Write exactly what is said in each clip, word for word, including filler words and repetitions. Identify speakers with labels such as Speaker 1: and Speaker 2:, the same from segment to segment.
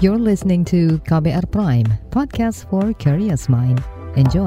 Speaker 1: You're listening to K B R Prime, podcast for curious mind. Enjoy.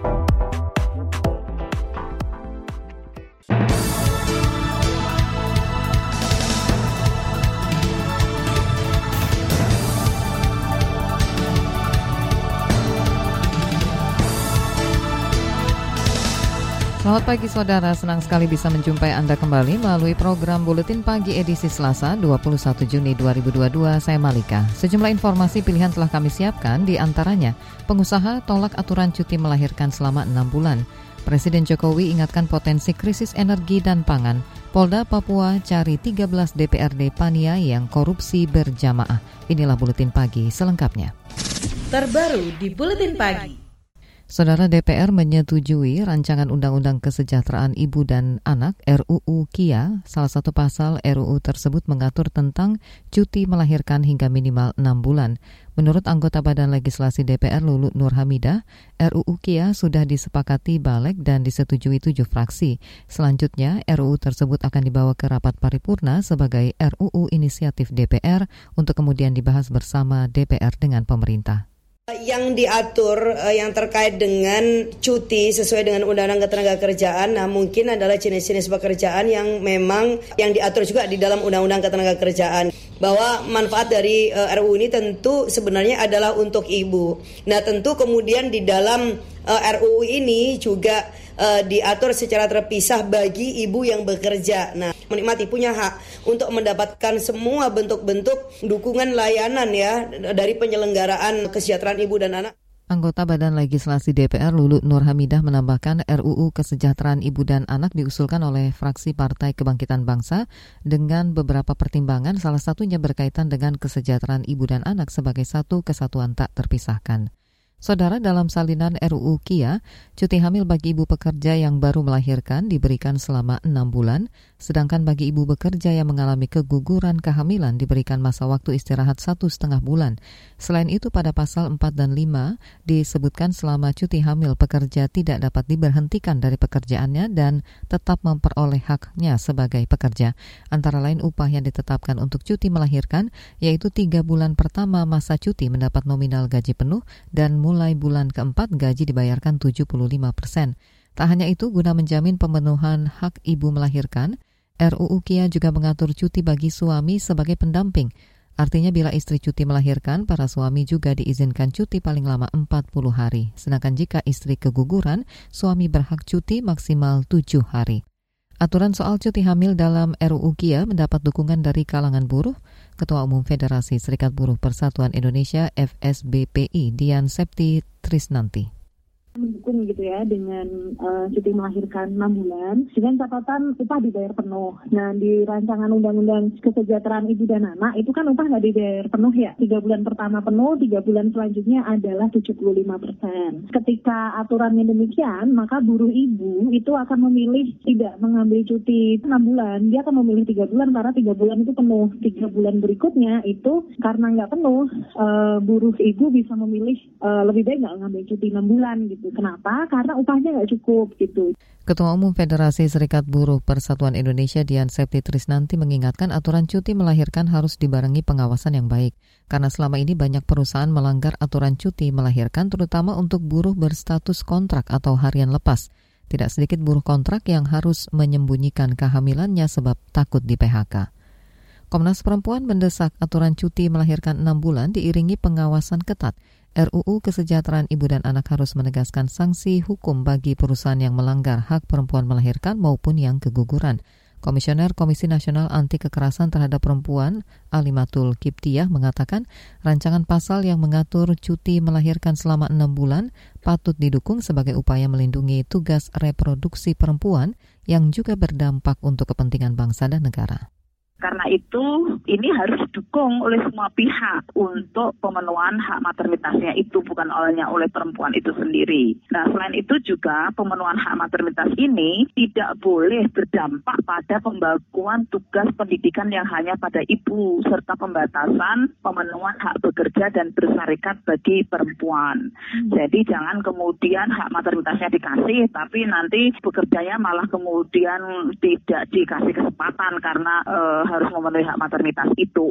Speaker 1: Selamat pagi saudara, senang sekali bisa menjumpai Anda kembali melalui program Buletin Pagi edisi Selasa dua puluh satu Juni dua ribu dua puluh dua. Saya Malika. Sejumlah informasi pilihan telah kami siapkan, di antaranya pengusaha tolak aturan cuti melahirkan selama enam bulan. Presiden Jokowi ingatkan potensi krisis energi dan pangan. Polda Papua cari tiga belas D P R D Pania yang korupsi berjamaah. Inilah Buletin Pagi selengkapnya.
Speaker 2: Terbaru di Buletin Pagi.
Speaker 1: Saudara, D P R menyetujui rancangan Undang-Undang Kesejahteraan Ibu dan Anak R U U K I A. Salah satu pasal R U U tersebut mengatur tentang cuti melahirkan hingga minimal enam bulan. Menurut anggota Badan Legislasi D P R Lulu Nur Hamidah, R U U K I A sudah disepakati Balik dan disetujui tujuh fraksi. Selanjutnya, R U U tersebut akan dibawa ke rapat paripurna sebagai R U U inisiatif D P R untuk kemudian dibahas bersama D P R dengan pemerintah.
Speaker 3: Yang diatur uh, yang terkait dengan cuti sesuai dengan Undang-Undang Ketenagakerjaan, nah mungkin adalah jenis-jenis pekerjaan yang memang yang diatur juga di dalam Undang-Undang Ketenagakerjaan, bahwa manfaat dari uh, R U U ini tentu sebenarnya adalah untuk ibu. Nah tentu kemudian di dalam uh, R U U ini juga uh, diatur secara terpisah bagi ibu yang bekerja. Nah menikmati punya hak untuk mendapatkan semua bentuk-bentuk dukungan layanan ya dari penyelenggaraan kesejahteraan ibu dan anak.
Speaker 1: Anggota Badan Legislasi D P R Lulu Nur Hamidah menambahkan R U U Kesejahteraan Ibu dan Anak diusulkan oleh fraksi Partai Kebangkitan Bangsa dengan beberapa pertimbangan, salah satunya berkaitan dengan kesejahteraan ibu dan anak sebagai satu kesatuan tak terpisahkan. Saudara, dalam salinan R U U K I A, cuti hamil bagi ibu pekerja yang baru melahirkan diberikan selama enam bulan, sedangkan bagi ibu bekerja yang mengalami keguguran kehamilan diberikan masa waktu istirahat satu setengah bulan. Selain itu, pada pasal empat dan lima disebutkan selama cuti hamil pekerja tidak dapat diberhentikan dari pekerjaannya dan tetap memperoleh haknya sebagai pekerja. Antara lain upah yang ditetapkan untuk cuti melahirkan, yaitu tiga bulan pertama masa cuti mendapat nominal gaji penuh dan mulai bulan keempat gaji dibayarkan tujuh puluh lima persen. Tak hanya itu, guna menjamin pemenuhan hak ibu melahirkan, R U U K I A juga mengatur cuti bagi suami sebagai pendamping. Artinya bila istri cuti melahirkan, para suami juga diizinkan cuti paling lama empat puluh hari. Sedangkan jika istri keguguran, suami berhak cuti maksimal tujuh hari. Aturan soal cuti hamil dalam R U U K I A mendapat dukungan dari kalangan buruh. Ketua Umum Federasi Serikat Buruh Persatuan Indonesia F S B P I, Dian Septi Trisnanti.
Speaker 4: Mendukung gitu ya dengan uh, cuti melahirkan enam bulan dengan catatan upah dibayar penuh. Nah di rancangan Undang-Undang Kesejahteraan Ibu dan Anak itu kan upah nggak dibayar penuh ya, tiga bulan pertama penuh, tiga bulan selanjutnya adalah tujuh puluh lima persen. Ketika aturannya demikian, maka buruh ibu itu akan memilih tidak mengambil cuti enam bulan, dia akan memilih tiga bulan karena tiga bulan itu penuh. Tiga bulan berikutnya itu karena nggak penuh, uh, buruh ibu bisa memilih uh, lebih baik nggak ngambil cuti enam bulan gitu. Kenapa? Karena upahnya nggak cukup gitu.
Speaker 1: Ketua Umum Federasi Serikat Buruh Persatuan Indonesia Dian Septi Trisnanti mengingatkan aturan cuti melahirkan harus dibarengi pengawasan yang baik. Karena selama ini banyak perusahaan melanggar aturan cuti melahirkan, terutama untuk buruh berstatus kontrak atau harian lepas. Tidak sedikit buruh kontrak yang harus menyembunyikan kehamilannya sebab takut di P H K. Komnas Perempuan mendesak aturan cuti melahirkan enam bulan diiringi pengawasan ketat. R U U Kesejahteraan Ibu dan Anak harus menegaskan sanksi hukum bagi perusahaan yang melanggar hak perempuan melahirkan maupun yang keguguran. Komisioner Komisi Nasional Anti Kekerasan Terhadap Perempuan, Alimatul Kiptiah, mengatakan rancangan pasal yang mengatur cuti melahirkan selama enam bulan patut didukung sebagai upaya melindungi tugas reproduksi perempuan yang juga berdampak untuk kepentingan bangsa dan negara.
Speaker 5: Karena itu ini harus didukung oleh semua pihak untuk pemenuhan hak maternitasnya itu, bukan hanya oleh perempuan itu sendiri. Nah, selain itu juga pemenuhan hak maternitas ini tidak boleh berdampak pada pembakuan tugas pendidikan yang hanya pada ibu, serta pembatasan pemenuhan hak bekerja dan bersarikat bagi perempuan. Jadi jangan kemudian hak maternitasnya dikasih, tapi nanti bekerjanya malah kemudian tidak dikasih kesempatan karena e, harus memenuhi hak maternitas itu.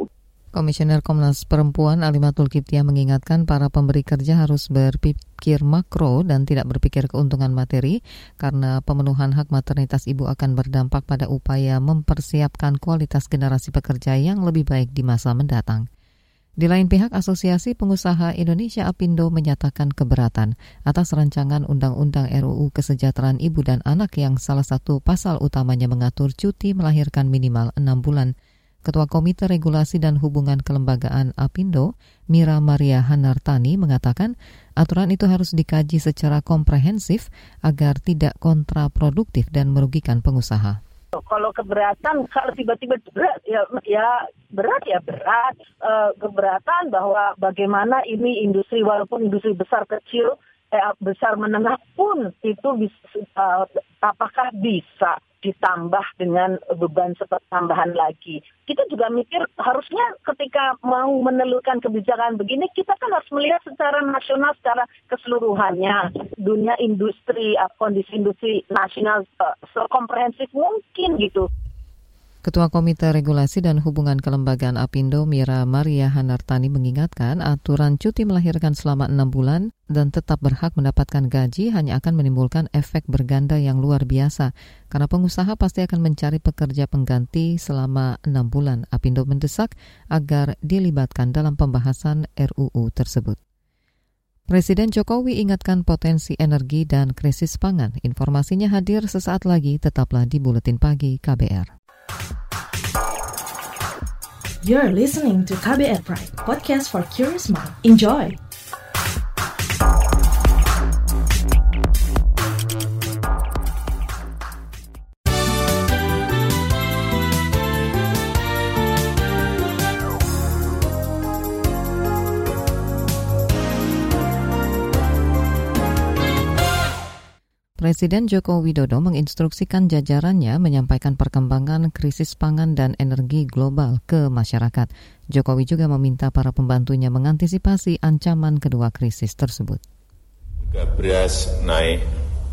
Speaker 1: Komisioner Komnas Perempuan Alimatul Kiptiah mengingatkan para pemberi kerja harus berpikir makro dan tidak berpikir keuntungan materi karena pemenuhan hak maternitas ibu akan berdampak pada upaya mempersiapkan kualitas generasi pekerja yang lebih baik di masa mendatang. Di lain pihak, Asosiasi Pengusaha Indonesia APindo menyatakan keberatan atas rancangan Undang-Undang R U U Kesejahteraan Ibu dan Anak yang salah satu pasal utamanya mengatur cuti melahirkan minimal enam bulan. Ketua Komite Regulasi dan Hubungan Kelembagaan APindo, Mira Maria Hanartani, mengatakan aturan itu harus dikaji secara komprehensif agar tidak kontraproduktif dan merugikan pengusaha.
Speaker 6: Kalau keberatan, kalau tiba-tiba berat, ya, ya berat ya berat. E, keberatan bahwa bagaimana ini industri, walaupun industri besar kecil, eh, besar menengah pun itu bisa, uh, apakah bisa ditambah dengan beban seperti tambahan lagi. Kita juga mikir harusnya ketika mau menelurkan kebijakan begini, kita kan harus melihat secara nasional, secara keseluruhannya. Dunia industri, kondisi industri nasional sekomprehensif mungkin gitu.
Speaker 1: Ketua Komite Regulasi dan Hubungan Kelembagaan APindo, Mira Maria Hanartani, mengingatkan aturan cuti melahirkan selama enam bulan dan tetap berhak mendapatkan gaji hanya akan menimbulkan efek berganda yang luar biasa karena pengusaha pasti akan mencari pekerja pengganti selama enam bulan. APindo mendesak agar dilibatkan dalam pembahasan R U U tersebut. Presiden Jokowi ingatkan potensi energi dan krisis pangan. Informasinya hadir sesaat lagi, tetaplah di Buletin Pagi K B R.
Speaker 2: You're listening to K B R Pride, podcast for curious mind. Enjoy!
Speaker 1: Presiden Joko Widodo menginstruksikan jajarannya menyampaikan perkembangan krisis pangan dan energi global ke masyarakat. Jokowi juga meminta para pembantunya mengantisipasi ancaman kedua krisis tersebut.
Speaker 7: Harga beras naik.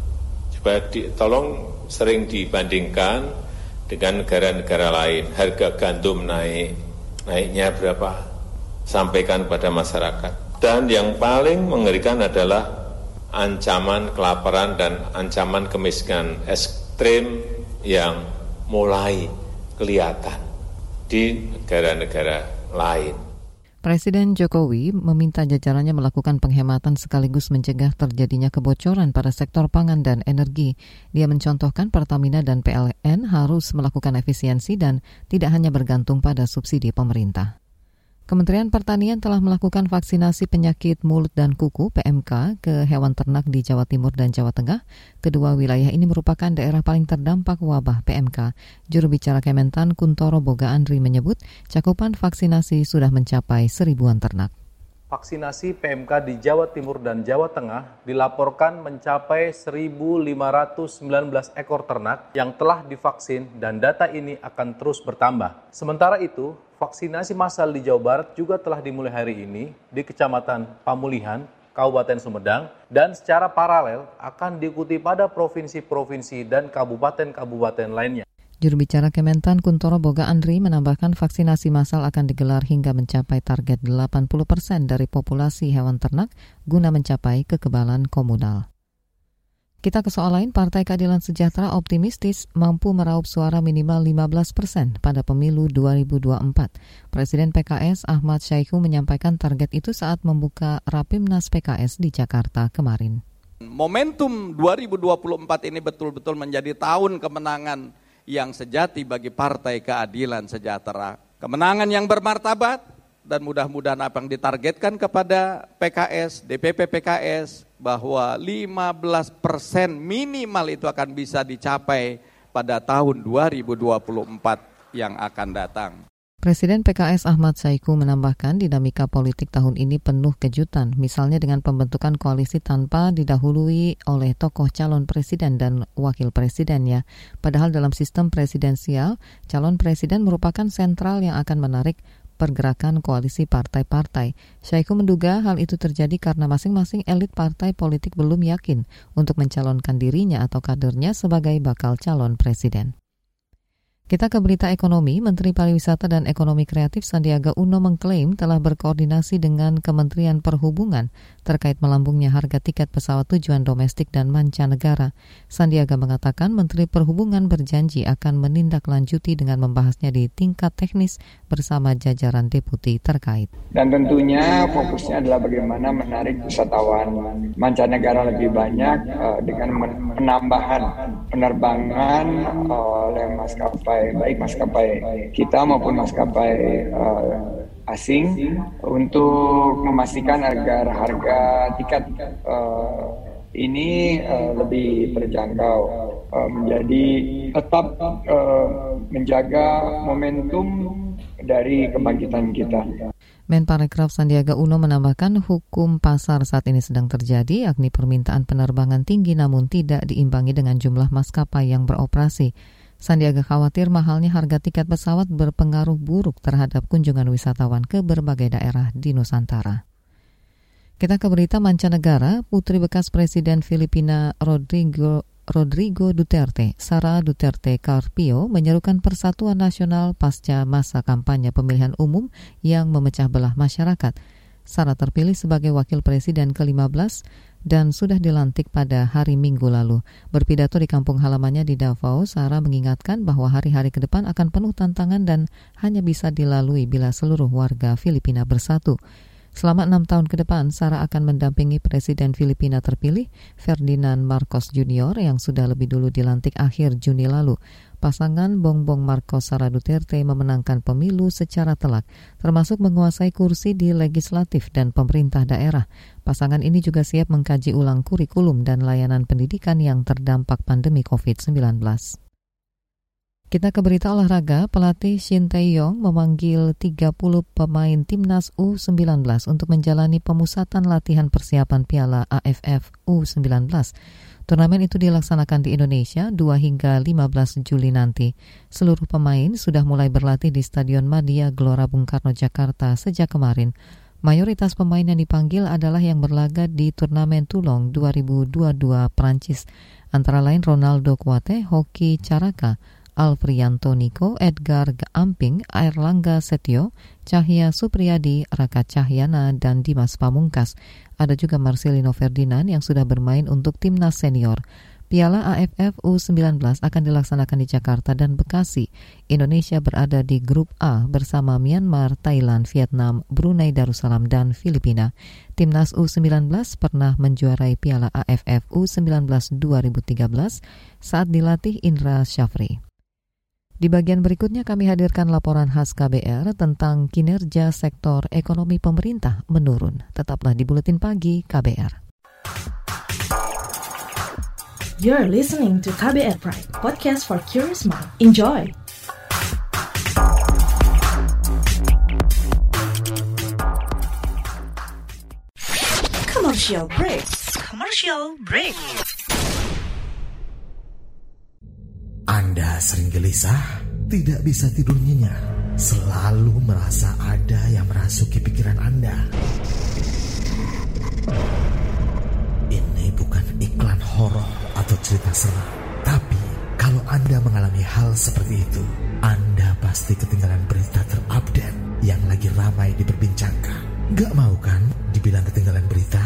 Speaker 7: Coba di, tolong sering dibandingkan dengan negara-negara lain. Harga gandum naik. Naiknya berapa? Sampaikan pada masyarakat. Dan yang paling mengerikan adalah ancaman kelaparan dan ancaman kemiskinan ekstrim yang mulai kelihatan di negara-negara lain.
Speaker 1: Presiden Jokowi meminta jajarannya melakukan penghematan sekaligus mencegah terjadinya kebocoran pada sektor pangan dan energi. Dia mencontohkan Pertamina dan P L N harus melakukan efisiensi dan tidak hanya bergantung pada subsidi pemerintah. Kementerian Pertanian telah melakukan vaksinasi penyakit mulut dan kuku P M K ke hewan ternak di Jawa Timur dan Jawa Tengah. Kedua wilayah ini merupakan daerah paling terdampak wabah P M K. Juru bicara Kementan Kuntoro Boga Andri menyebut cakupan vaksinasi sudah mencapai seribuan ternak.
Speaker 8: Vaksinasi P M K di Jawa Timur dan Jawa Tengah dilaporkan mencapai seribu lima ratus sembilan belas ekor ternak yang telah divaksin dan data ini akan terus bertambah. Sementara itu, vaksinasi massal di Jawa Barat juga telah dimulai hari ini di Kecamatan Pamulihan, Kabupaten Sumedang, dan secara paralel akan diikuti pada provinsi-provinsi dan kabupaten-kabupaten lainnya.
Speaker 1: Juru bicara Kementan Kuntoro Boga Andri menambahkan vaksinasi massal akan digelar hingga mencapai target delapan puluh persen dari populasi hewan ternak guna mencapai kekebalan komunal. Kita ke soal lain, Partai Keadilan Sejahtera optimistis mampu meraup suara minimal lima belas persen pada pemilu dua ribu dua puluh empat. Presiden P K S Ahmad Syahiku menyampaikan target itu saat membuka Rapimnas P K S di Jakarta kemarin.
Speaker 9: Momentum dua ribu dua puluh empat ini betul-betul menjadi tahun kemenangan yang sejati bagi Partai Keadilan Sejahtera. Kemenangan yang bermartabat dan mudah-mudahan apa yang ditargetkan kepada P K S, D P P P K S, bahwa lima belas persen minimal itu akan bisa dicapai pada tahun dua ribu dua puluh empat yang akan datang.
Speaker 1: Presiden P K S Ahmad Syahiku menambahkan dinamika politik tahun ini penuh kejutan, misalnya dengan pembentukan koalisi tanpa didahului oleh tokoh calon presiden dan wakil presidennya. Padahal dalam sistem presidensial, calon presiden merupakan sentral yang akan menarik pergerakan koalisi partai-partai. Syahiku menduga hal itu terjadi karena masing-masing elit partai politik belum yakin untuk mencalonkan dirinya atau kadernya sebagai bakal calon presiden. Kita ke berita ekonomi. Menteri Pariwisata dan Ekonomi Kreatif Sandiaga Uno mengklaim telah berkoordinasi dengan Kementerian Perhubungan terkait melambungnya harga tiket pesawat tujuan domestik dan mancanegara. Sandiaga mengatakan Menteri Perhubungan berjanji akan menindaklanjuti dengan membahasnya di tingkat teknis bersama jajaran deputi terkait.
Speaker 10: Dan tentunya fokusnya adalah bagaimana menarik wisatawan mancanegara lebih banyak uh, dengan penambahan penerbangan uh, oleh maskapai baik maskapai kita maupun maskapai uh, asing untuk memastikan agar harga tiket uh, ini uh, lebih terjangkau, uh, menjadi tetap uh, menjaga momentum dari kebangkitan kita.
Speaker 1: Menparekraf Sandiaga Uno menambahkan hukum pasar saat ini sedang terjadi, yakni permintaan penerbangan tinggi namun tidak diimbangi dengan jumlah maskapai yang beroperasi. Sandiaga khawatir mahalnya harga tiket pesawat berpengaruh buruk terhadap kunjungan wisatawan ke berbagai daerah di Nusantara. Kita ke berita mancanegara. Putri bekas Presiden Filipina Rodrigo, Rodrigo Duterte, Sara Duterte Carpio, menyerukan persatuan nasional pasca masa kampanye pemilihan umum yang memecah belah masyarakat. Sara terpilih sebagai wakil presiden ke lima belas dan sudah dilantik pada hari Minggu lalu. Berpidato di kampung halamannya di Davao, Sara mengingatkan bahwa hari-hari ke depan akan penuh tantangan dan hanya bisa dilalui bila seluruh warga Filipina bersatu. Selama enam tahun ke depan, Sara akan mendampingi Presiden Filipina terpilih, Ferdinand Marcos Junior yang sudah lebih dulu dilantik akhir Juni lalu. Pasangan Bongbong Marcos Sara Duterte memenangkan pemilu secara telak, termasuk menguasai kursi di legislatif dan pemerintah daerah. Pasangan ini juga siap mengkaji ulang kurikulum dan layanan pendidikan yang terdampak pandemi covid sembilan belas. Kita ke berita olahraga. Pelatih Shin Tae-yong memanggil tiga puluh pemain timnas U sembilan belas untuk menjalani pemusatan latihan persiapan Piala A F F U sembilan belas. Turnamen itu dilaksanakan di Indonesia dua hingga lima belas Juli nanti. Seluruh pemain sudah mulai berlatih di Stadion Madia Gelora Bung Karno, Jakarta sejak kemarin. Mayoritas pemain yang dipanggil adalah yang berlaga di turnamen Toulon dua ribu dua puluh dua Prancis. Antara lain Ronaldo Kuate, Hoki Caraka, Alfrianto Niko, Edgar Amping, Airlangga Setio, Cahya Supriyadi, Raka Cahyana, dan Dimas Pamungkas. Ada juga Marcelino Ferdinand yang sudah bermain untuk timnas senior. Piala A F F U sembilan belas akan dilaksanakan di Jakarta dan Bekasi. Indonesia berada di grup A bersama Myanmar, Thailand, Vietnam, Brunei Darussalam, dan Filipina. Timnas U sembilan belas pernah menjuarai Piala A F F U sembilan belas dua ribu tiga belas saat dilatih Indra Syafri. Di bagian berikutnya kami hadirkan laporan khas K B R tentang kinerja sektor ekonomi pemerintah menurun. Tetaplah di Buletin Pagi K B R.
Speaker 2: You're listening to K B R Pride, podcast for curious mind. Enjoy! Commercial break. Commercial break.
Speaker 11: Anda sering gelisah, tidak bisa tidur nyenyak, selalu merasa ada yang merasuki pikiran Anda. Ini bukan iklan horor atau cerita seram, tapi kalau Anda mengalami hal seperti itu, Anda pasti ketinggalan berita terupdate yang lagi ramai diperbincangkan. Gak mau kan dibilang ketinggalan berita?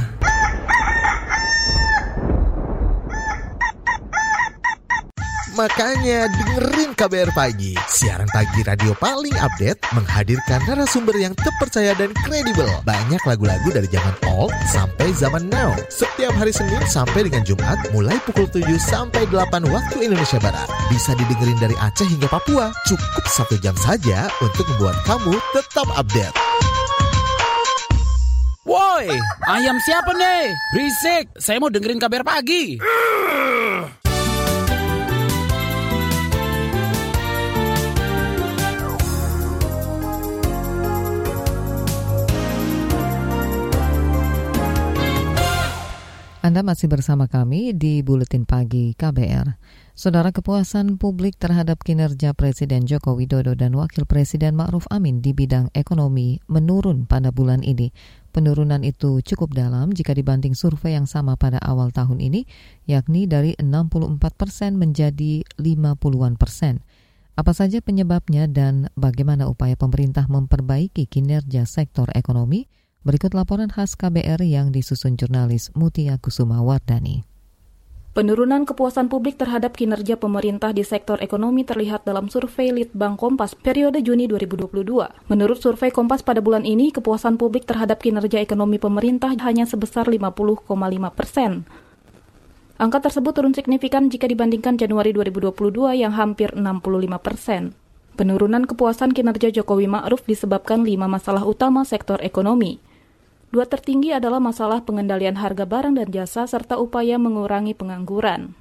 Speaker 11: Makanya dengerin K B R Pagi, siaran pagi radio paling update, menghadirkan narasumber yang terpercaya dan kredibel. Banyak lagu-lagu dari zaman old sampai zaman now. Setiap hari Senin sampai dengan Jumat, mulai pukul tujuh sampai delapan waktu Indonesia Barat. Bisa didengerin dari Aceh hingga Papua. Cukup satu jam saja untuk membuat kamu tetap update.
Speaker 12: Woi, ayam siapa nih? Berisik, saya mau dengerin K B R Pagi.
Speaker 1: Anda masih bersama kami di Buletin Pagi K B R. Saudara, kepuasan publik terhadap kinerja Presiden Joko Widodo dan Wakil Presiden Ma'ruf Amin di bidang ekonomi menurun pada bulan ini. Penurunan itu cukup dalam jika dibanding survei yang sama pada awal tahun ini, yakni dari enam puluh empat persen menjadi lima puluhan persen. Apa saja penyebabnya dan bagaimana upaya pemerintah memperbaiki kinerja sektor ekonomi? Berikut laporan khas K B R yang disusun jurnalis Mutia Kusuma Wardani.
Speaker 13: Penurunan kepuasan publik terhadap kinerja pemerintah di sektor ekonomi terlihat dalam survei Litbang Kompas periode Juni dua ribu dua puluh dua. Menurut survei Kompas pada bulan ini, kepuasan publik terhadap kinerja ekonomi pemerintah hanya sebesar lima puluh koma lima persen. Angka tersebut turun signifikan jika dibandingkan Januari dua ribu dua puluh dua yang hampir enam puluh lima persen. Penurunan kepuasan kinerja Jokowi Ma'ruf disebabkan lima masalah utama sektor ekonomi. Dua tertinggi adalah masalah pengendalian harga barang dan jasa serta upaya mengurangi pengangguran.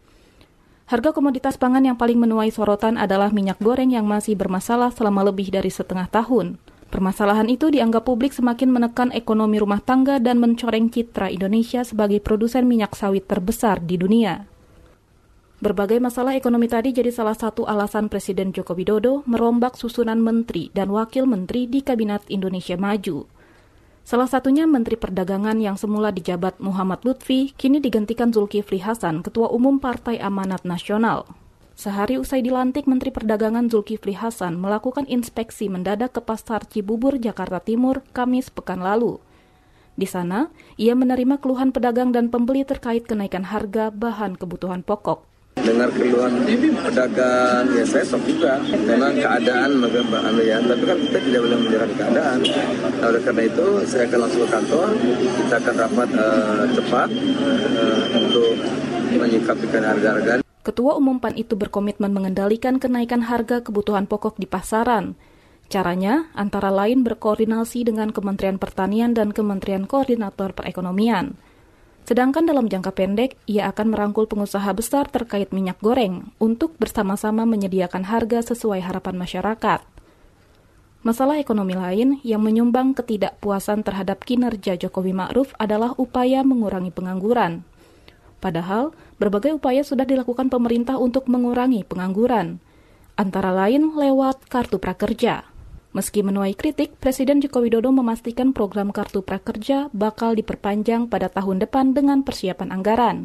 Speaker 13: Harga komoditas pangan yang paling menuai sorotan adalah minyak goreng yang masih bermasalah selama lebih dari setengah tahun. Permasalahan itu dianggap publik semakin menekan ekonomi rumah tangga dan mencoreng citra Indonesia sebagai produsen minyak sawit terbesar di dunia. Berbagai masalah ekonomi tadi jadi salah satu alasan Presiden Joko Widodo merombak susunan menteri dan wakil menteri di Kabinet Indonesia Maju. Salah satunya Menteri Perdagangan yang semula dijabat Muhammad Lutfi, kini digantikan Zulkifli Hasan, Ketua Umum Partai Amanat Nasional. Sehari usai dilantik, Menteri Perdagangan Zulkifli Hasan melakukan inspeksi mendadak ke Pasar Cibubur, Jakarta Timur, Kamis pekan lalu. Di sana, ia menerima keluhan pedagang dan pembeli terkait kenaikan harga bahan kebutuhan pokok.
Speaker 14: Dengar keluhan pedagang, ya saya sok juga. Memang keadaan bagaimana ya, tapi kan kita tidak boleh menyerah keadaan. Nah, oleh karena itu, saya akan langsung ke kantor. Kita akan rapat uh, cepat uh, untuk menyikapi harga-harga.
Speaker 13: Ketua Umum P A N itu berkomitmen mengendalikan kenaikan harga kebutuhan pokok di pasaran. Caranya antara lain berkoordinasi dengan Kementerian Pertanian dan Kementerian Koordinator Perekonomian. Sedangkan dalam jangka pendek, ia akan merangkul pengusaha besar terkait minyak goreng untuk bersama-sama menyediakan harga sesuai harapan masyarakat. Masalah ekonomi lain yang menyumbang ketidakpuasan terhadap kinerja Jokowi Ma'ruf adalah upaya mengurangi pengangguran. Padahal, berbagai upaya sudah dilakukan pemerintah untuk mengurangi pengangguran, antara lain lewat Kartu Prakerja. Meski menuai kritik, Presiden Joko Widodo memastikan program Kartu Prakerja bakal diperpanjang pada tahun depan dengan persiapan anggaran.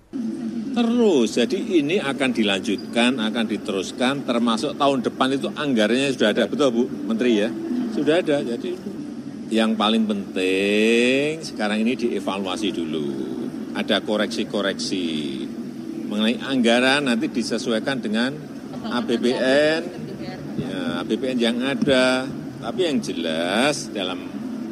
Speaker 7: Terus, jadi ini akan dilanjutkan, akan diteruskan, termasuk tahun depan itu anggarannya sudah ada, betul Bu Menteri ya? Sudah ada, jadi yang paling penting sekarang ini dievaluasi dulu. Ada koreksi-koreksi mengenai anggaran, nanti disesuaikan dengan A P B N, ya, A P B N yang ada, tapi yang jelas dalam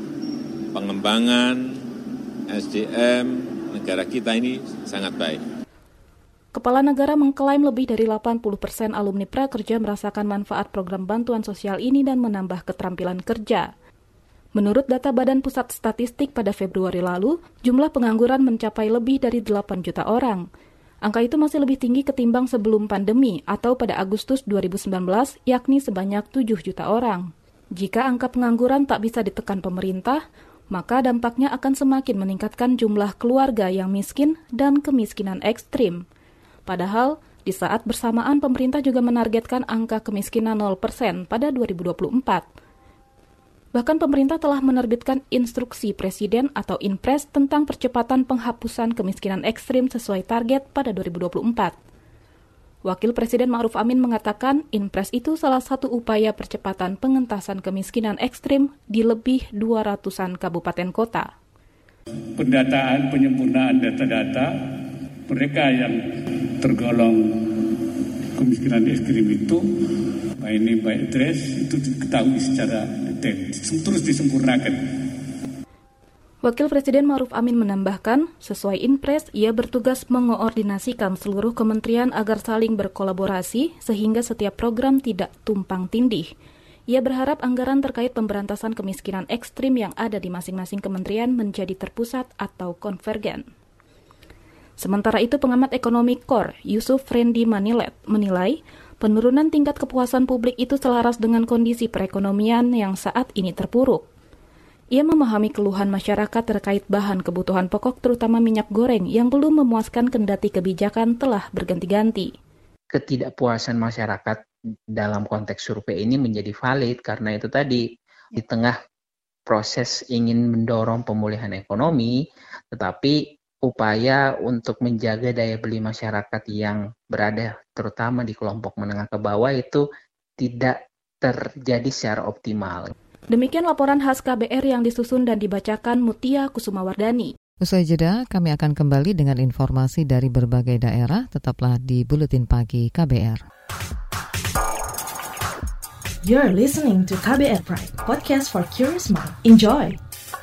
Speaker 7: pengembangan S D M negara kita ini sangat baik.
Speaker 13: Kepala negara mengklaim lebih dari delapan puluh persen alumni prakerja merasakan manfaat program bantuan sosial ini dan menambah keterampilan kerja. Menurut data Badan Pusat Statistik pada Februari lalu, jumlah pengangguran mencapai lebih dari delapan juta orang. Angka itu masih lebih tinggi ketimbang sebelum pandemi atau pada Agustus dua ribu sembilan belas, yakni sebanyak tujuh juta orang. Jika angka pengangguran tak bisa ditekan pemerintah, maka dampaknya akan semakin meningkatkan jumlah keluarga yang miskin dan kemiskinan ekstrim. Padahal, di saat bersamaan pemerintah juga menargetkan angka kemiskinan nol persen pada dua ribu dua puluh empat. Bahkan pemerintah telah menerbitkan instruksi Presiden atau Inpres tentang percepatan penghapusan kemiskinan ekstrim sesuai target pada dua ribu dua puluh empat. Wakil Presiden Ma'ruf Amin mengatakan Inpres itu salah satu upaya percepatan pengentasan kemiskinan ekstrim di lebih dua ratusan kabupaten kota.
Speaker 15: Pendataan penyempurnaan data-data mereka yang tergolong kemiskinan ekstrim itu, baik ini baik trace, itu diketahui secara detail, terus disempurnakan.
Speaker 13: Wakil Presiden Ma'ruf Amin menambahkan, sesuai Inpres, ia bertugas mengoordinasikan seluruh kementerian agar saling berkolaborasi sehingga setiap program tidak tumpang tindih. Ia berharap anggaran terkait pemberantasan kemiskinan ekstrim yang ada di masing-masing kementerian menjadi terpusat atau konvergen. Sementara itu, pengamat ekonomi K O R, Yusuf Frendi Manilet, menilai penurunan tingkat kepuasan publik itu selaras dengan kondisi perekonomian yang saat ini terpuruk. Ia memahami keluhan masyarakat terkait bahan kebutuhan pokok terutama minyak goreng yang belum memuaskan kendati kebijakan telah berganti-ganti.
Speaker 16: Ketidakpuasan masyarakat dalam konteks survei ini menjadi valid karena itu tadi di tengah proses ingin mendorong pemulihan ekonomi, tetapi upaya untuk menjaga daya beli masyarakat yang berada terutama di kelompok menengah ke bawah itu tidak terjadi secara optimal.
Speaker 13: Demikian laporan khas K B R yang disusun dan dibacakan Mutia Kusumawardani.
Speaker 1: Usai jeda, kami akan kembali dengan informasi dari berbagai daerah. Tetaplah di Buletin Pagi K B R.
Speaker 2: You're listening to K B R Prime, podcast for curious mind. Enjoy!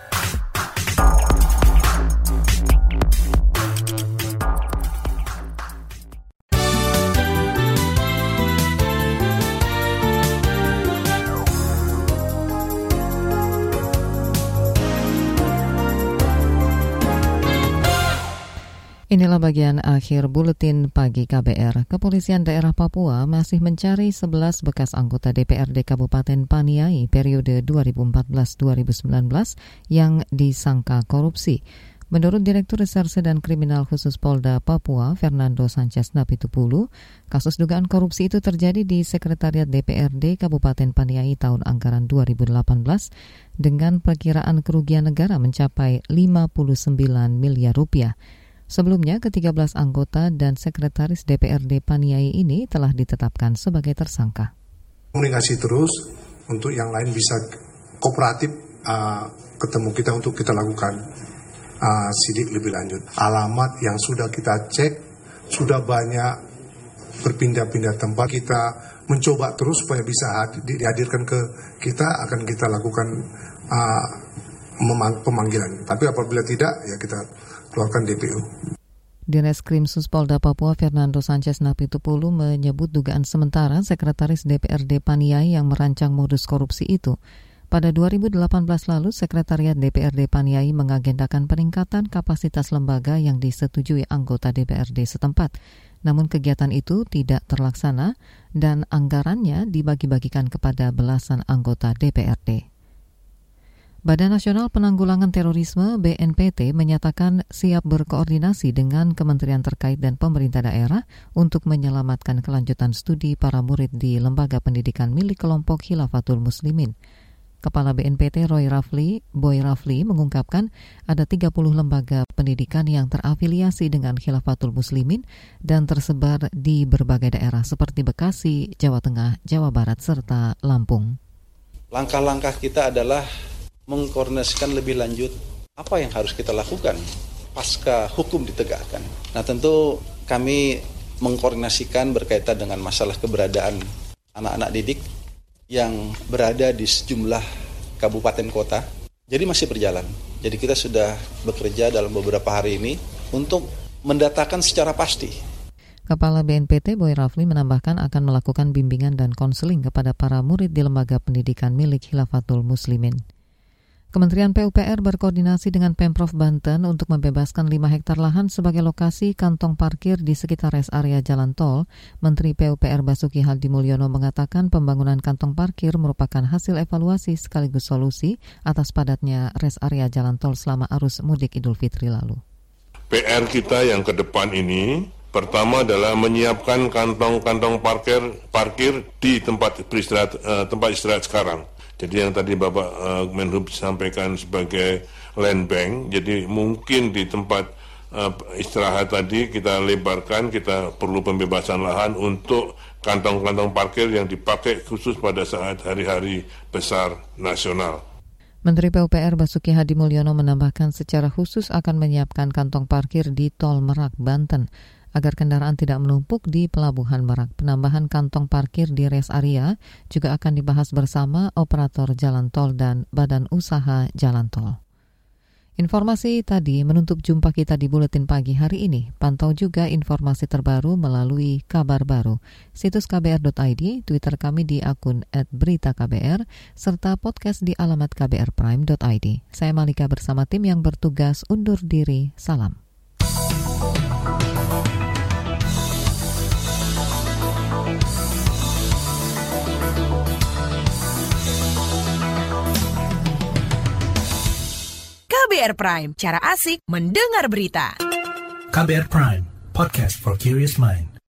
Speaker 1: Inilah bagian akhir Buletin Pagi K B R. Kepolisian daerah Papua masih mencari sebelas bekas anggota D P R D Kabupaten Paniai periode dua ribu empat belas sampai dua ribu sembilan belas yang disangka korupsi. Menurut Direktur Reserse dan Kriminal Khusus Polda Papua, Fernando Sanchez Napitupulu, kasus dugaan korupsi itu terjadi di Sekretariat D P R D Kabupaten Paniai tahun anggaran dua ribu delapan belas dengan perkiraan kerugian negara mencapai lima puluh sembilan miliar rupiah. Sebelumnya, ke tiga belas anggota dan sekretaris D P R D Paniai ini telah ditetapkan sebagai tersangka.
Speaker 17: Komunikasi terus untuk yang lain bisa kooperatif uh, ketemu kita untuk kita lakukan uh, sidik lebih lanjut. Alamat yang sudah kita cek sudah banyak berpindah-pindah tempat. Kita mencoba terus supaya bisa dihadirkan ke kita, akan kita lakukan uh, pemanggilan. Tapi apabila tidak, ya kita keluarkan D P U.
Speaker 1: Direskrim Suspolda Papua Fernando Sanchez Napitupulu menyebut dugaan sementara Sekretaris D P R D Paniai yang merancang modus korupsi itu. Pada dua ribu delapan belas lalu, Sekretariat D P R D Paniai mengagendakan peningkatan kapasitas lembaga yang disetujui anggota D P R D setempat. Namun kegiatan itu tidak terlaksana dan anggarannya dibagi-bagikan kepada belasan anggota D P R D. Badan Nasional Penanggulangan Terorisme B N P T menyatakan siap berkoordinasi dengan kementerian terkait dan pemerintah daerah untuk menyelamatkan kelanjutan studi para murid di lembaga pendidikan milik kelompok Khilafatul Muslimin. Kepala B N P T Roy Rafli, Boy Rafli mengungkapkan ada tiga puluh lembaga pendidikan yang terafiliasi dengan Khilafatul Muslimin dan tersebar di berbagai daerah seperti Bekasi, Jawa Tengah, Jawa Barat, serta Lampung.
Speaker 18: Langkah-langkah kita adalah mengkoordinasikan lebih lanjut apa yang harus kita lakukan pasca hukum ditegakkan. Nah, tentu kami mengkoordinasikan berkaitan dengan masalah keberadaan anak-anak didik yang berada di sejumlah kabupaten kota. Jadi masih berjalan. Jadi kita sudah bekerja dalam beberapa hari ini untuk mendatakan secara pasti.
Speaker 1: Kepala B N P T Boy Rafli menambahkan akan melakukan bimbingan dan konseling kepada para murid di lembaga pendidikan milik Khilafatul Muslimin. Kementerian P U P R berkoordinasi dengan Pemprov Banten untuk membebaskan lima hektar lahan sebagai lokasi kantong parkir di sekitar rest area jalan tol. Menteri P U P R Basuki Hadimulyono mengatakan pembangunan kantong parkir merupakan hasil evaluasi sekaligus solusi atas padatnya rest area jalan tol selama arus mudik Idul Fitri lalu.
Speaker 19: P R kita yang ke depan ini pertama adalah menyiapkan kantong-kantong parkir parkir di tempat beristirahat uh, tempat istirahat sekarang. Jadi yang tadi Bapak uh, Menhub sampaikan sebagai land bank, jadi mungkin di tempat uh, istirahat tadi kita lebarkan, kita perlu pembebasan lahan untuk kantong-kantong parkir yang dipakai khusus pada saat hari-hari besar nasional.
Speaker 1: Menteri P U P R Basuki Hadimulyono menambahkan secara khusus akan menyiapkan kantong parkir di Tol Merak, Banten, agar kendaraan tidak menumpuk di Pelabuhan Merak. Penambahan kantong parkir di rest area juga akan dibahas bersama operator jalan tol dan badan usaha jalan tol. Informasi tadi menutup jumpa kita di Buletin Pagi hari ini. Pantau juga informasi terbaru melalui Kabar Baru, situs k b r dot i d, Twitter kami di akun et berita k b r, serta podcast di alamat k b r prime dot i d. Saya Malika bersama tim yang bertugas undur diri. Salam.
Speaker 20: K B R Prime, cara asik mendengar berita.
Speaker 21: K B R Prime, podcast for curious mind.